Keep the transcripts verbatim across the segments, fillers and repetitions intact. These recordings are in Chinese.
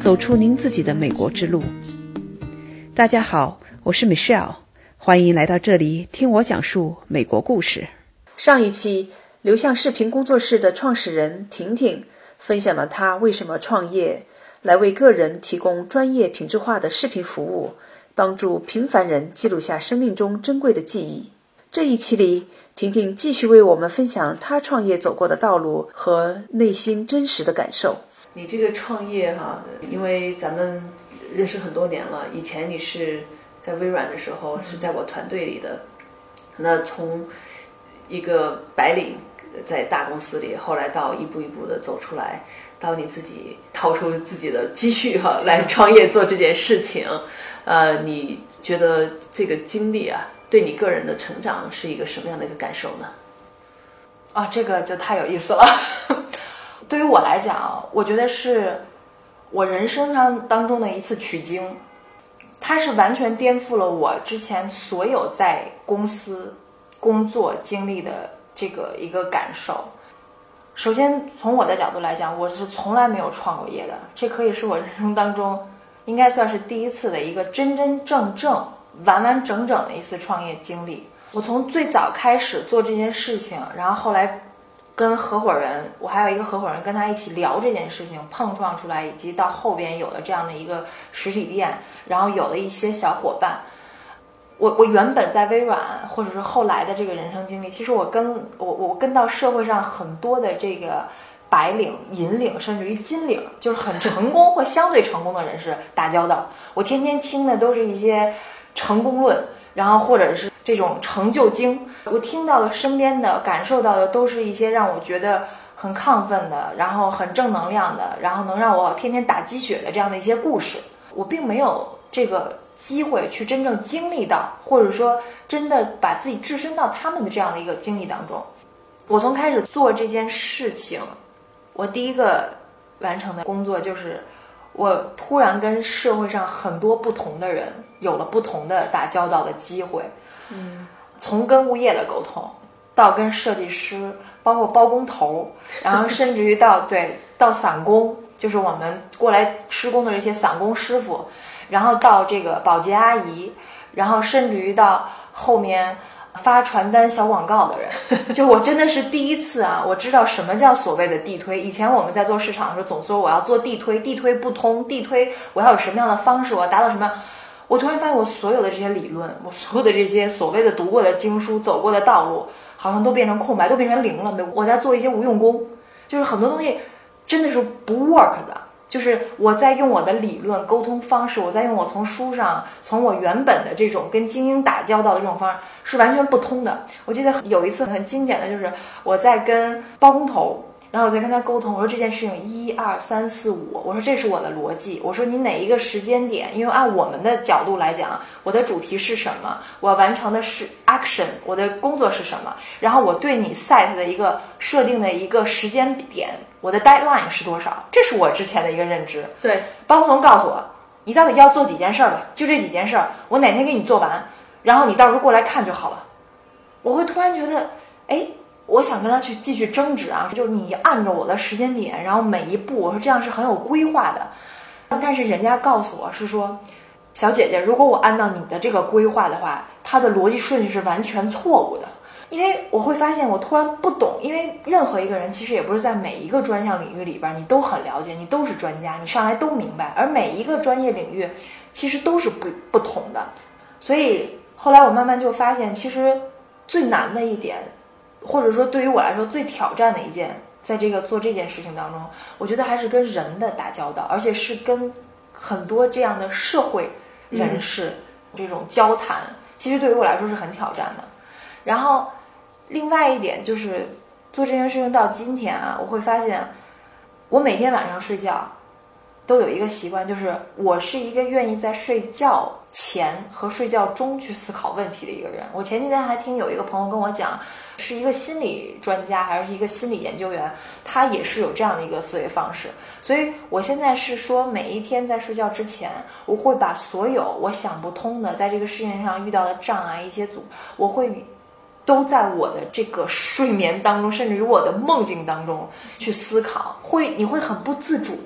走出您自己的美国之路。大家好，我是 Michelle， 欢迎来到这里听我讲述美国故事。上一期，流向视频工作室的创始人婷婷分享了她为什么创业，来为个人提供专业品质化的视频服务，帮助平凡人记录下生命中珍贵的记忆。这一期里，婷婷继续为我们分享她创业走过的道路和内心真实的感受。你这个创业哈、啊，因为咱们认识很多年了，以前你是在微软的时候是在我团队里的，那从一个白领在大公司里，后来到一步一步的走出来，到你自己掏出自己的积蓄哈、啊、来创业做这件事情，呃，你觉得这个经历啊，对你个人的成长是一个什么样的一个感受呢？ 啊，这个就太有意思了。对于我来讲，我觉得是我人生上当中的一次取经，它是完全颠覆了我之前所有在公司工作经历的这个一个感受。首先从我的角度来讲，我是从来没有创过业的，这可以是我人生当中应该算是第一次的一个真真正正完完整整的一次创业经历。我从最早开始做这件事情，然后后来跟合伙人，我还有一个合伙人跟他一起聊这件事情，碰撞出来，以及到后边有了这样的一个实体店，然后有了一些小伙伴。我我原本在微软，或者是后来的这个人生经历，其实我跟我我跟到社会上很多的这个白领、银领，甚至于金领，就是很成功或相对成功的人士打交道。我天天听的都是一些成功论，然后或者是这种成就经，我听到的、身边的、感受到的，都是一些让我觉得很亢奋的，然后很正能量的，然后能让我天天打鸡血的这样的一些故事。我并没有这个机会去真正经历到，或者说真的把自己置身到他们的这样的一个经历当中。我从开始做这件事情，我第一个完成的工作就是我突然跟社会上很多不同的人有了不同的打交道的机会。嗯，从跟物业的沟通到跟设计师，包括包工头，然后甚至于到对到散工，就是我们过来施工的这些散工师傅，然后到这个保洁阿姨，然后甚至于到后面发传单小广告的人。就我真的是第一次啊，我知道什么叫所谓的地推。以前我们在做市场的时候总说我要做地推，地推不通，地推我要有什么样的方式，我要达到什么。我突然发现我所有的这些理论，我所有的这些所谓的读过的经书、走过的道路，好像都变成空白，都变成零了。我在做一些无用功，就是很多东西真的是不 work 的。就是我在用我的理论沟通方式，我在用我从书上，从我原本的这种跟精英打交道的这种方式是完全不通的。我记得有一次很经典的就是我在跟包工头，然后我在跟他沟通，我说这件事情一二三四五，我说这是我的逻辑，我说你哪一个时间点，因为按我们的角度来讲，我的主题是什么，我要完成的是 action， 我的工作是什么，然后我对你 set 的一个设定的一个时间点，我的 deadline 是多少，这是我之前的一个认知。 对， 包工头告诉我，你到底要做几件事吧，就这几件事，我哪天给你做完，然后你到时候过来看就好了。我会突然觉得，哎，我想跟他去继续争执啊，就是你按照我的时间点，然后每一步，我说这样是很有规划的。但是人家告诉我是说，小姐姐，如果我按照你的这个规划的话，它的逻辑顺序是完全错误的。因为我会发现我突然不懂，因为任何一个人其实也不是在每一个专项领域里边你都很了解，你都是专家，你上来都明白，而每一个专业领域其实都是不不同的。所以后来我慢慢就发现，其实最难的一点，或者说对于我来说最挑战的一件，在这个做这件事情当中，我觉得还是跟人的打交道，而且是跟很多这样的社会人士、嗯、这种交谈，其实对于我来说是很挑战的。然后另外一点就是做这件事情到今天啊，我会发现我每天晚上睡觉都有一个习惯，就是我是一个愿意在睡觉前和睡觉中去思考问题的一个人。我前几天还听有一个朋友跟我讲，是一个心理专家还是一个心理研究员，他也是有这样的一个思维方式。所以我现在是说，每一天在睡觉之前，我会把所有我想不通的在这个事情上遇到的障碍一些阻，我会都在我的这个睡眠当中，甚至于我的梦境当中去思考，会你会很不自主的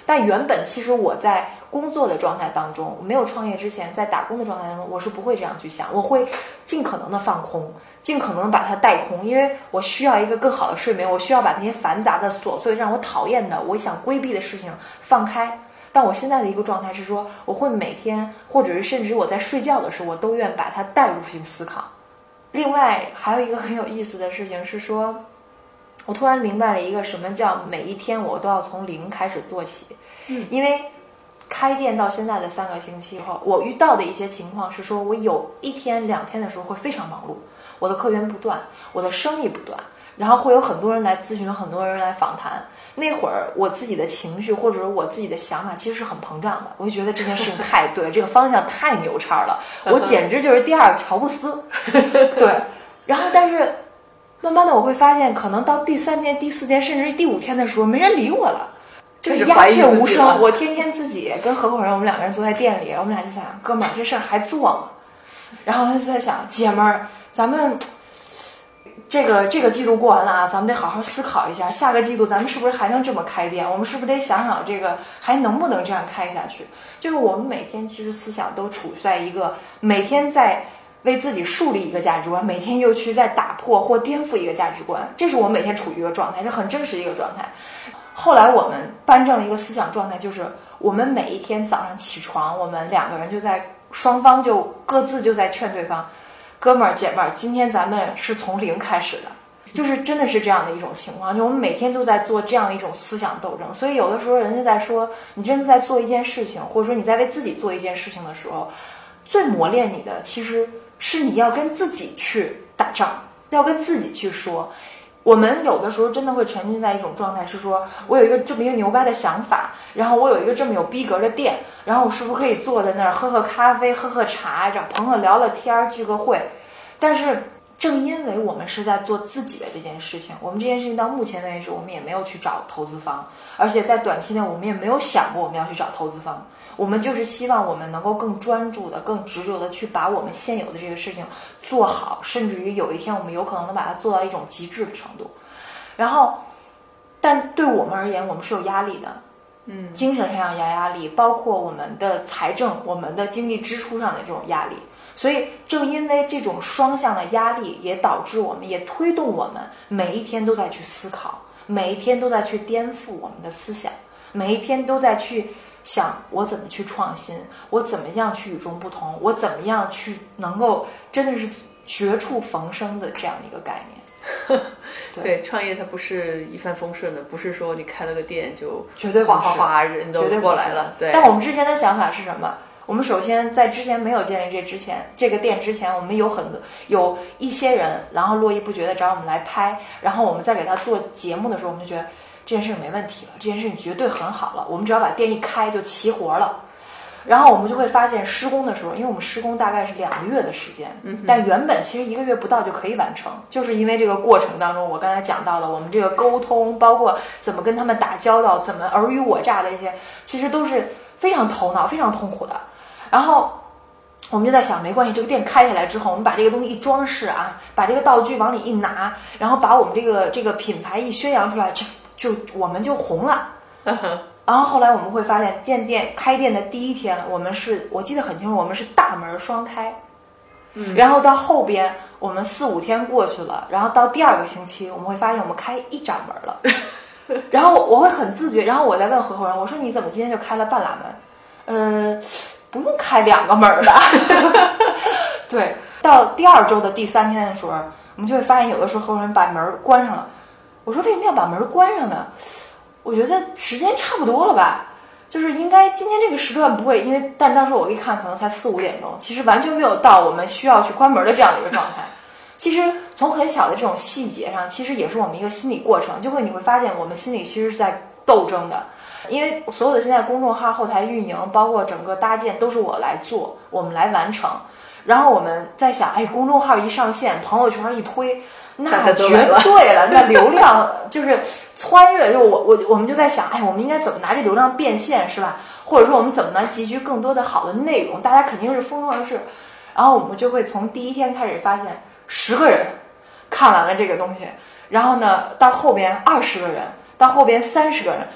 但原本其实我在工作的状态当中，没有创业之前，在打工的状态当中，我是不会这样去想，我会尽可能的放空，尽可能把它带空，因为我需要一个更好的睡眠，我需要把那些繁杂的、琐碎、让我讨厌的、我想规避的事情放开。但我现在的一个状态是说，我会每天，或者是甚至我在睡觉的时候，我都愿把它带入性思考。另外还有一个很有意思的事情是说，我突然明白了一个什么叫每一天我都要从零开始做起。嗯，因为开店到现在的三个星期后，我遇到的一些情况是说，我有一天两天的时候会非常忙碌，我的客源不断，我的生意不断，然后会有很多人来咨询，很多人来访谈。那会儿我自己的情绪或者是我自己的想法其实是很膨胀的，我就觉得这件事情太对了，这个方向太牛叉了，我简直就是第二个乔布斯。对，然后但是慢慢的我会发现，可能到第三天、第四天，甚至是第五天的时候，没人理我了，就是鸦雀无声。我天天自己跟合伙人，我们两个人坐在店里，我们俩就想，哥们儿，这事儿还做吗？然后他就在想，姐们儿，咱们这个这个季度过完了啊，咱们得好好思考一下，下个季度咱们是不是还能这么开店？我们是不是得想想这个还能不能这样开下去？就是我们每天其实思想都处在一个每天在为自己树立一个价值观，每天又去在打破或颠覆一个价值观，这是我们每天处于一个状态，是很真实的一个状态。后来我们颁证了一个思想状态，就是我们每一天早上起床，我们两个人就在双方就各自就在劝对方，哥们儿姐们儿，今天咱们是从零开始的，就是真的是这样的一种情况，就我们每天都在做这样一种思想斗争。所以有的时候人家在说你真的在做一件事情，或者说你在为自己做一件事情的时候，最磨练你的其实是你要跟自己去打仗，要跟自己去说。我们有的时候真的会沉浸在一种状态，是说我有一个这么一个牛掰的想法，然后我有一个这么有逼格的店，然后我是不是可以坐在那儿喝喝咖啡，喝喝茶，找朋友聊聊天，聚个会。但是正因为我们是在做自己的这件事情，我们这件事情到目前为止我们也没有去找投资方，而且在短期内我们也没有想过我们要去找投资方，我们就是希望我们能够更专注的、更执着的去把我们现有的这个事情做好，甚至于有一天我们有可能能把它做到一种极致的程度。然后但对我们而言，我们是有压力的，嗯，精神上有压力，包括我们的财政、我们的经济支出上的这种压力。所以正因为这种双向的压力，也导致我们也推动我们每一天都在去思考，每一天都在去颠覆我们的思想，每一天都在去想我怎么去创新，我怎么样去与众不同，我怎么样去能够真的是绝处逢生的这样的一个概念。 对, 对，创业它不是一帆风顺的，不是说你开了个店就绝对哗哗哗人都过来了。对。 但我们之前的想法是什么？我们首先在之前没有建立这之前，这个店之前，我们有很多有一些人，然后络绎不绝的找我们来拍，然后我们在给他做节目的时候，我们就觉得这件事情没问题了，这件事情绝对很好了，我们只要把店一开就齐活了。然后我们就会发现施工的时候，因为我们施工大概是两个月的时间，嗯，但原本其实一个月不到就可以完成，就是因为这个过程当中，我刚才讲到的，我们这个沟通，包括怎么跟他们打交道，怎么尔虞我诈的这些，其实都是非常头脑、非常痛苦的。然后我们就在想，没关系，这个店开下来之后，我们把这个东西一装饰啊，把这个道具往里一拿，然后把我们这个这个品牌一宣扬出来，就就我们就红了。然后后来我们会发现，店店开店的第一天，我们是我记得很清楚，我们是大门双开，嗯，然后到后边我们四五天过去了，然后到第二个星期，我们会发现我们开一盏门了。然后我会很自觉，然后我在问合伙人，我说你怎么今天就开了半拉门？呃，不用开两个门的。对，到第二周的第三天的时候，我们就会发现有的时候合伙人把门关上了。我说为什么要把门关上呢？我觉得时间差不多了吧，就是应该今天这个时段不会，因为但当时我一看可能才四五点钟，其实完全没有到我们需要去关门的这样的一个状态。其实从很小的这种细节上，其实也是我们一个心理过程，就会你会发现我们心里其实是在斗争的。因为所有的现在公众号后台运营，包括整个搭建都是我来做，我们来完成。然后我们在想，哎，公众号一上线，朋友圈一推，那绝对了，那流量就是穿越，就我我我们就在想，哎，我们应该怎么拿这流量变现，是吧？或者说我们怎么能集聚更多的好的内容，大家肯定是蜂拥而至。然后我们就会从第一天开始发现，十个人看完了这个东西，然后呢，到后边二十个人，到后边三十个人。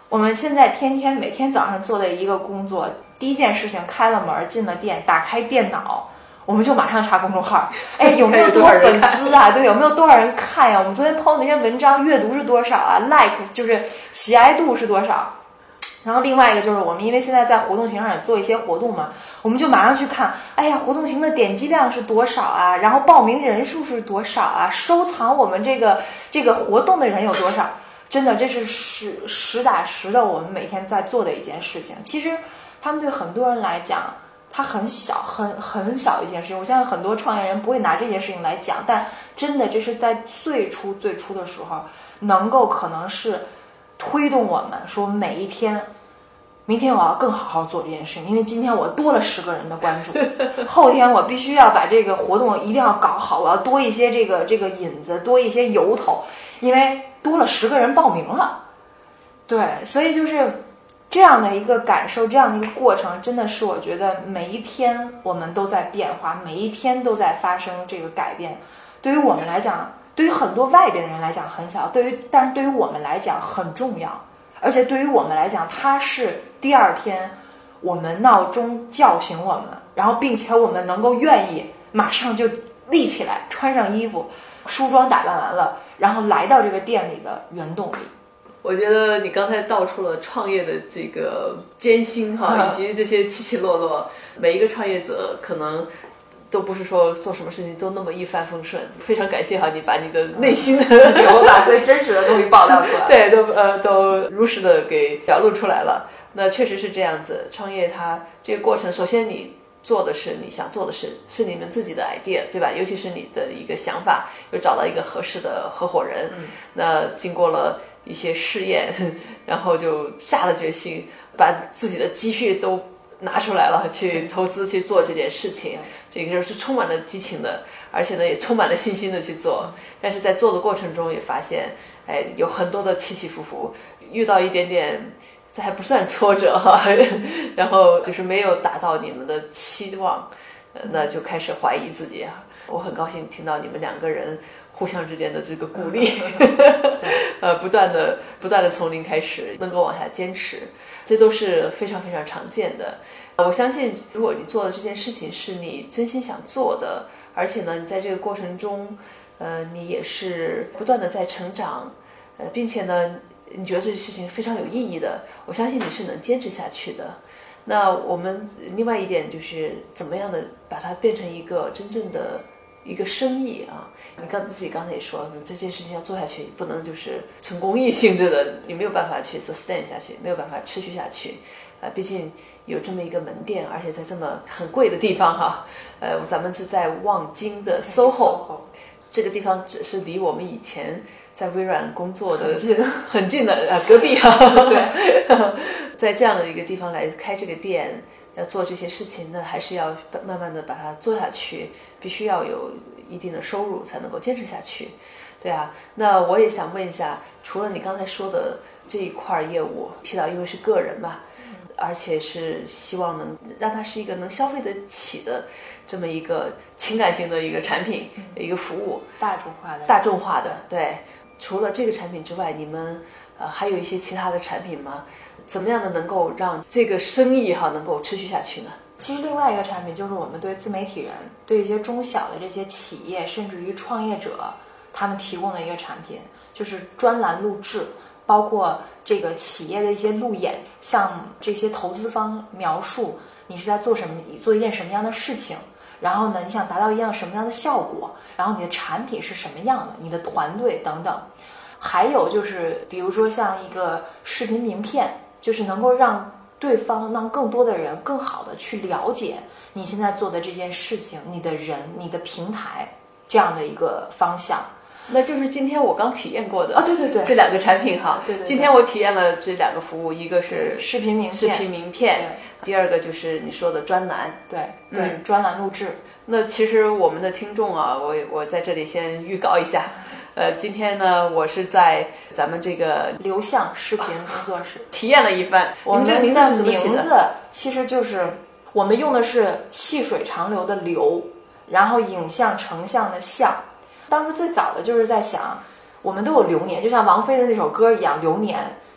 我们现在天天每天早上做的一个工作，第一件事情开了门进了店，打开电脑，我们就马上查公众号，哎，有没有多少粉丝啊？对，有没有多少人看呀？我们昨天 P O 那篇文章阅读是多少啊 ？like 就是喜爱度是多少？然后另外一个就是我们因为现在在活动型上也做一些活动嘛，我们就马上去看，哎呀，活动型的点击量是多少啊？然后报名人数是多少啊？收藏我们这个这个活动的人有多少？真的，这是实实打实的，我们每天在做的一件事情。其实，他们对很多人来讲，它很小，很很小一件事情。我相信很多创业人不会拿这件事情来讲，但真的，这是在最初最初的时候，能够可能是推动我们说每一天，明天我要更好好做这件事情，因为今天我多了十个人的关注，后天我必须要把这个活动一定要搞好，我要多一些这个这个引子，多一些由头，因为多了十个人报名了。对，所以就是这样的一个感受，这样的一个过程，真的是我觉得每一天我们都在变化，每一天都在发生这个改变。对于我们来讲，对于很多外边的人来讲很小，对于但是对于我们来讲很重要，而且对于我们来讲，它是第二天我们闹钟叫醒我们，然后并且我们能够愿意马上就立起来，穿上衣服，梳妆打扮完了，然后来到这个店里的原动力。 我觉得你刚才道出了创业的这个艰辛哈，以及这些起起落落。每一个创业者可能都不是说做什么事情都那么一帆风顺。非常感谢哈，你把你的内心的， 我把最真实的东西爆料出来， 对，都呃都如实的给表露出来了。那确实是这样子，创业它这个过程，首先你做的是你想做的事，是你们自己的 idea， 对吧？尤其是你的一个想法，又找到一个合适的合伙人，嗯、那经过了一些试验，然后就下了决心，把自己的积蓄都拿出来了，去投资去做这件事情。这个就是充满了激情的，而且呢也充满了信心的去做。但是在做的过程中也发现，哎，有很多的起起伏伏，遇到一点点。这还不算挫折哈，然后就是没有达到你们的期望，那就开始怀疑自己啊。我很高兴听到你们两个人互相之间的这个鼓励，呃，不断的不断的从零开始，能够往下坚持，这都是非常非常常见的。我相信，如果你做的这件事情是你真心想做的，而且呢，你在这个过程中，呃，你也是不断的在成长，呃，并且呢。你觉得这件事情非常有意义的，我相信你是能坚持下去的。那我们另外一点就是怎么样的把它变成一个真正的一个生意啊？你刚自己刚才也说，这件事情要做下去，不能就是纯公益性质的，你没有办法去 sustain 下去，没有办法持续下去。呃，毕竟有这么一个门店，而且在这么很贵的地方哈，呃，咱们是在望京的 S O H O， 这个地方只是离我们以前。在微软工作的很近很近的啊，隔壁啊， 对， 在这样的一个地方来开这个店，要做这些事情呢，还是要慢慢的把它做下去，必须要有一定的收入才能够坚持下去，对啊。那我也想问一下，除了你刚才说的这一块业务，提到因为是个人嘛，而且是希望能让它是一个能消费得起的这么一个情感性的一个产品，嗯、一个服务， 大众化的， 大众化的，对。除了这个产品之外，你们呃还有一些其他的产品吗？怎么样的能够让这个生意哈能够持续下去呢？ 其实另外一个产品就是我们对自媒体人、对一些中小的这些企业，甚至于创业者，他们提供的一个产品，就是专栏录制，包括这个企业的一些路演，向这些投资方描述你是在做什么，做一件什么样的事情，然后呢，你想达到一样什么样的效果。然后你的产品是什么样的，你的团队等等，还有就是比如说像一个视频名片，就是能够让对方让更多的人更好的去了解你现在做的这件事情，你的人，你的平台这样的一个方向。 那就是今天我刚体验过的啊，对对对， 这两个产品哈， 对对对， 今天我体验了这两个服务，一个是视频名片， 视频名片，第二个就是你说的专栏， 对对、嗯，专栏录制。 那其实我们的听众啊，我我在这里先预告一下，呃，今天呢，我是在咱们这个流向视频工作室体验了一番。 我们这个名字是怎么起的？ 名字其实就是我们用的是细水长流的流，然后影像成像的像。当时最早的就是在想，我们都有流年，就像王菲的那首歌一样，流年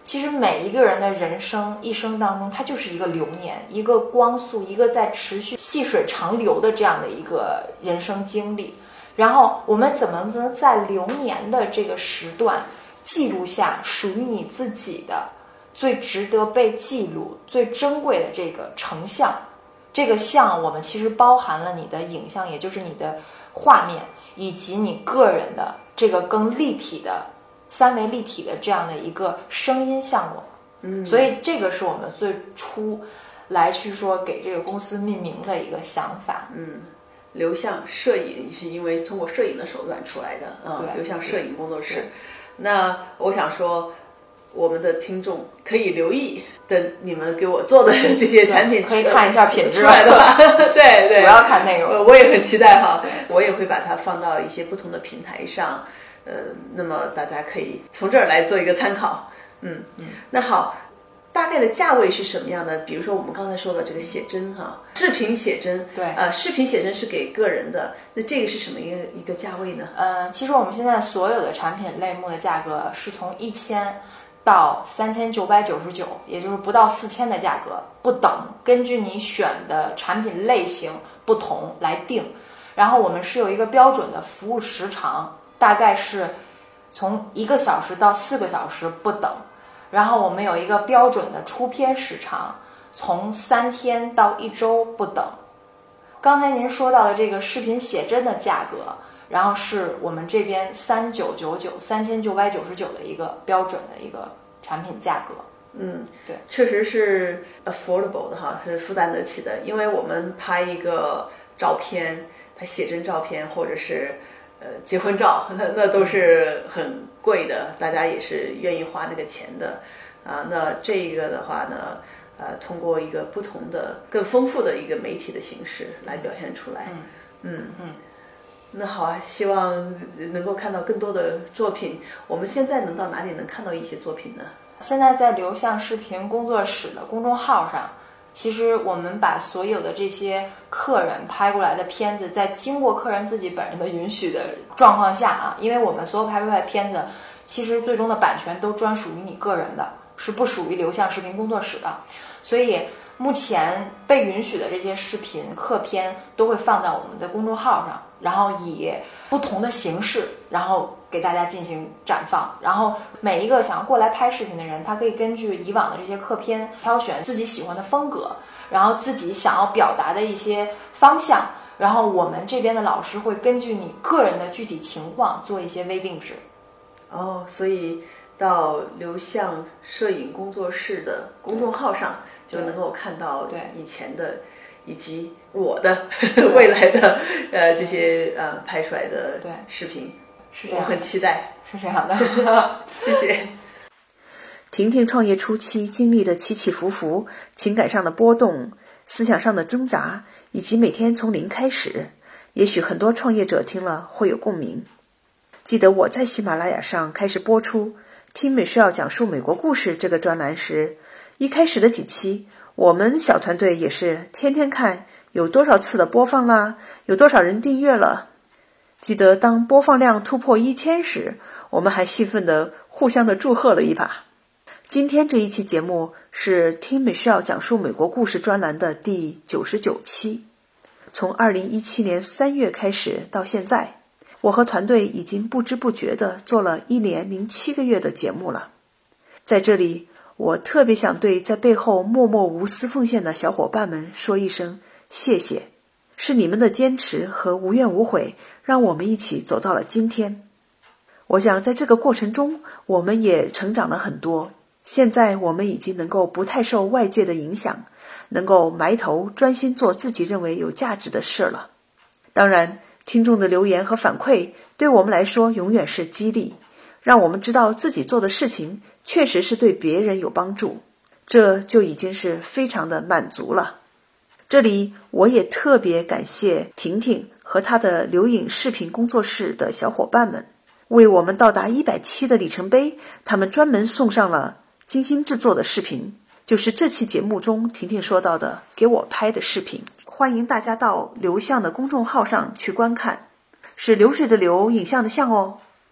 其实每一个人的人生一生当中，它就是一个流年，一个光速，一个在持续细水长流的这样的一个人生经历。然后我们怎么能在流年的这个时段记录下属于你自己的最值得被记录、最珍贵的这个成像？这个像我们其实包含了你的影像，也就是你的画面，以及你个人的这个更立体的三维立体的这样的一个声音项目。嗯，所以这个是我们最初来去说给这个公司命名的一个想法。 嗯，流向摄影是因为通过摄影的手段出来的啊、嗯，流向摄影工作室。那我想说，我们的听众可以留意的你们给我做的这些产品， 可以看一下品质出来的话，对对， 主要看内容。 我也很期待哈，我也会把它放到一些不同的平台上，呃，那么大家可以从这儿来做一个参考。嗯嗯，那好。大概的价位是什么样的？比如说我们刚才说的这个写真哈，视频写真， 对， 呃，视频写真是给个人的，那这个是什么一个一个价位呢？ 呃，其实我们现在所有的产品类目的价格是从一千到三千九百九十九，也就是不到四千的价格不等，根据你选的产品类型不同来定。然后我们是有一个标准的服务时长，大概是从一个小时到四个小时不等。然后我们有一个标准的出片时长，从三天到一周不等。刚才您说到的这个视频写真的价格，然后是我们这边三九九九三千九百九十九的一个标准的一个产品价格。 嗯， 对， 确实是 affordable 的哈，是负担得起的。因为我们拍一个照片，拍写真照片或者是呃结婚照，那那都是很贵的，大家也是愿意花那个钱的啊。那这个的话呢，呃，通过一个不同的、更丰富的一个媒体的形式来表现出来。 嗯嗯嗯。那好啊，希望能够看到更多的作品。我们现在能到哪里能看到一些作品呢？ 现在在流向视频工作室的公众号上，其实我们把所有的这些客人拍过来的片子，在经过客人自己本人的允许的状况下啊，因为我们所有拍出来的片子，其实最终的版权都专属于你个人的，是不属于流向视频工作室的。所以目前被允许的这些视频客片都会放到我们的公众号上，然后以不同的形式，然后给大家进行展放。然后每一个想要过来拍视频的人，他可以根据以往的这些客片挑选自己喜欢的风格，然后自己想要表达的一些方向，然后我们这边的老师会根据你个人的具体情况做一些微定制。 哦，所以到流向摄影工作室的公众号上就能够看到以前的以及我的未来的呃这些呃拍出来的视频。 是这样， 我很期待。 是这样的谢谢。 婷婷创业初期经历的起起伏伏，情感上的波动，思想上的挣扎，以及每天从零开始，也许很多创业者听了会有共鸣。记得我在喜马拉雅上开始播出听美需要讲述美国故事这个专栏时，一开始的几期我们小团队也是天天看有多少次的播放啦，有多少人订阅了。记得当播放量突破一千时，我们还兴奋地互相的祝贺了一把。今天这一期节目是听美需要讲述美国故事专栏的第九十九期。从二零一七年三月开始到现在，我和团队已经不知不觉地做了一年零七个月的节目了。在这里，我特别想对在背后默默无私奉献的小伙伴们说一声谢谢，是你们的坚持和无怨无悔，让我们一起走到了今天。我想在这个过程中，我们也成长了很多。现在我们已经能够不太受外界的影响，能够埋头专心做自己认为有价值的事了。当然，听众的留言和反馈对我们来说永远是激励，让我们知道自己做的事情确实是对别人有帮助，这就已经是非常的满足了。这里我也特别感谢婷婷和她的留影视频工作室的小伙伴们，为我们到达一百期的里程碑，他们专门送上了精心制作的视频，就是这期节目中婷婷说到的给我拍的视频。欢迎大家到流向的公众号上去观看，是流水的流，影像的像哦。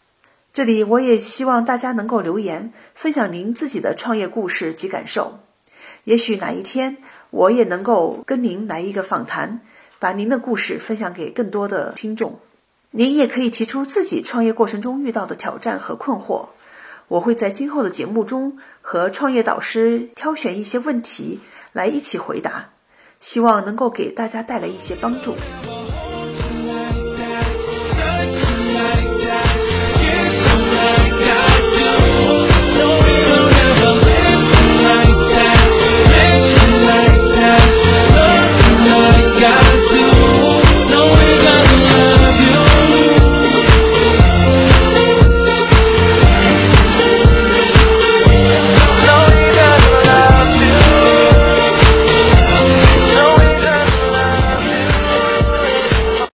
这里我也希望大家能够留言，分享您自己的创业故事及感受。也许哪一天我也能够跟您来一个访谈，把您的故事分享给更多的听众。您也可以提出自己创业过程中遇到的挑战和困惑，我会在今后的节目中和创业导师挑选一些问题来一起回答，希望能够给大家带来一些帮助。